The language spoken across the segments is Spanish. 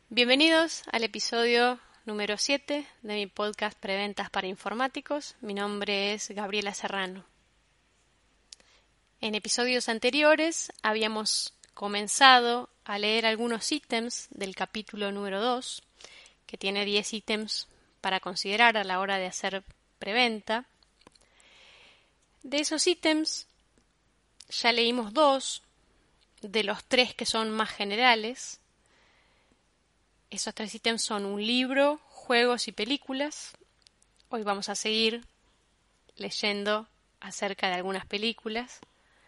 Bienvenidos al episodio número 7 de mi podcast Preventas para Informáticos. Mi nombre es Gabriela Serrano. En episodios anteriores habíamos comenzado a leer algunos ítems del capítulo número 2, que tiene 10 ítems para considerar a la hora de hacer preventa. De esos ítems ya leímos 2 de los 3 que son más generales. Esos 3 ítems son un libro, juegos y películas. Hoy vamos a seguir leyendo acerca de algunas películas.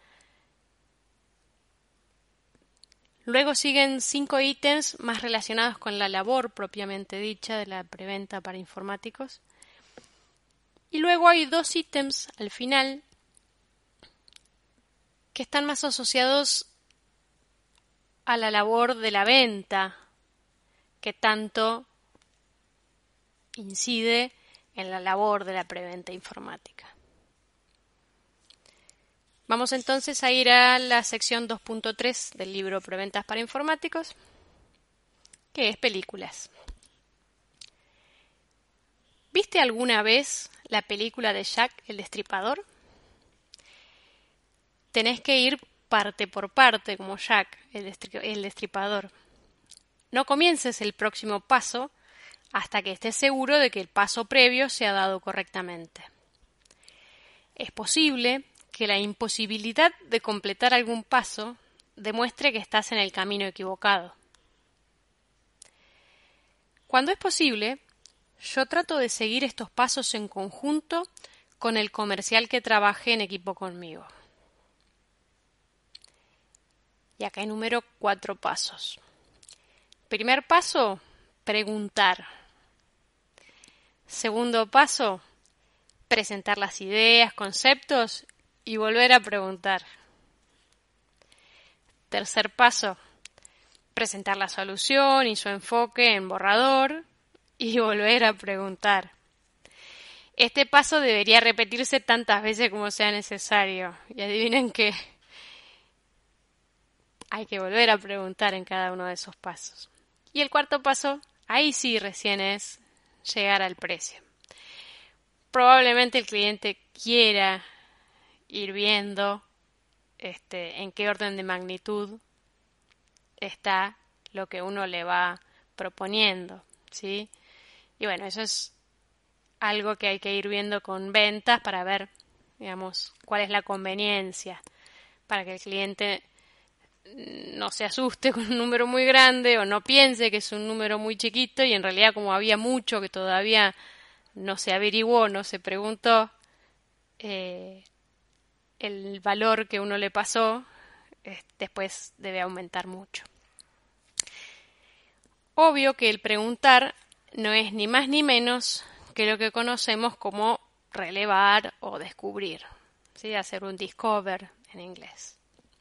Luego siguen 5 ítems más relacionados con la labor propiamente dicha de la preventa para informáticos. Y luego hay 2 ítems al final que están más asociados a la labor de la venta, que tanto incide en la labor de la preventa informática. Vamos entonces a ir a la sección 2.3 del libro Preventas para Informáticos, que es películas. ¿Viste alguna vez la película de Jack el Destripador? Tenés que ir parte por parte como Jack el Destripador. No comiences el próximo paso hasta que estés seguro de que el paso previo se ha dado correctamente. Es posible que la imposibilidad de completar algún paso demuestre que estás en el camino equivocado. Cuando es posible, yo trato de seguir estos pasos en conjunto con el comercial que trabaje en equipo conmigo. Y acá enumero 4 pasos. Primer paso, preguntar. Segundo paso, presentar las ideas, conceptos y volver a preguntar. Tercer paso, presentar la solución y su enfoque en borrador y volver a preguntar. Este paso debería repetirse tantas veces como sea necesario. Y adivinen que hay que volver a preguntar en cada uno de esos pasos. Y el cuarto paso, ahí sí recién es llegar al precio. Probablemente el cliente quiera ir viendo en qué orden de magnitud está lo que uno le va proponiendo, ¿sí? Y bueno, eso es algo que hay que ir viendo con ventas para ver, digamos, cuál es la conveniencia para que el cliente no se asuste con un número muy grande o no piense que es un número muy chiquito y en realidad como había mucho que todavía no se averiguó, no se preguntó, el valor que uno le pasó después debe aumentar mucho. Obvio que el preguntar no es ni más ni menos que lo que conocemos como relevar o descubrir, ¿sí? Hacer un discover en inglés.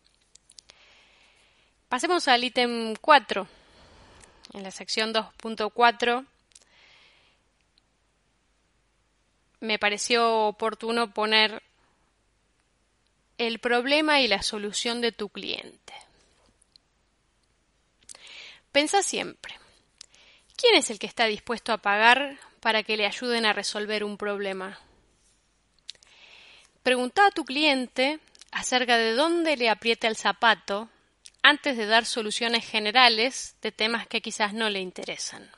Pasemos al ítem 4. En la sección 2.4 me pareció oportuno poner el problema y la solución de tu cliente. Pensá siempre, ¿quién es el que está dispuesto a pagar para que le ayuden a resolver un problema? Preguntá a tu cliente acerca de dónde le aprieta el zapato antes de dar soluciones generales de temas que quizás no le interesan.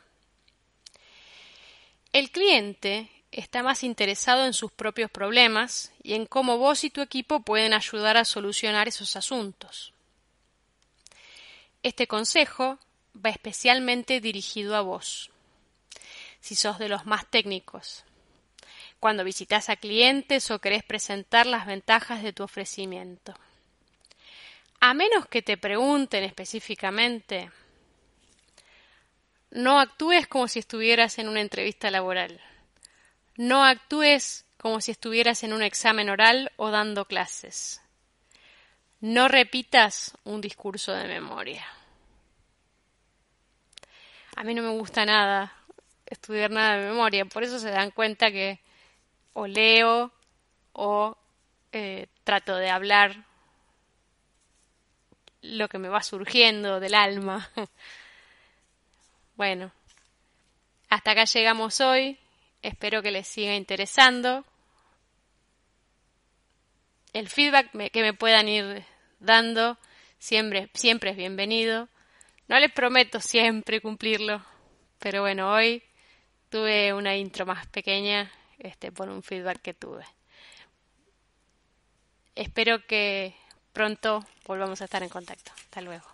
El cliente está más interesado en sus propios problemas y en cómo vos y tu equipo pueden ayudar a solucionar esos asuntos. Este consejo va especialmente dirigido a vos, si sos de los más técnicos, cuando visitas a clientes o querés presentar las ventajas de tu ofrecimiento. A menos que te pregunten específicamente, no actúes como si estuvieras en una entrevista laboral. No actúes como si estuvieras en un examen oral o dando clases. No repitas un discurso de memoria. A mí no me gusta nada estudiar nada de memoria, por eso se dan cuenta que o leo o trato de hablar lo que me va surgiendo del alma. bueno, hasta acá llegamos hoy. Espero que les siga interesando. El feedback que me puedan ir dando siempre es bienvenido. No les prometo siempre cumplirlo, pero bueno, hoy tuve una intro más pequeña por un feedback que tuve. Espero que pronto volvamos a estar en contacto. Hasta luego.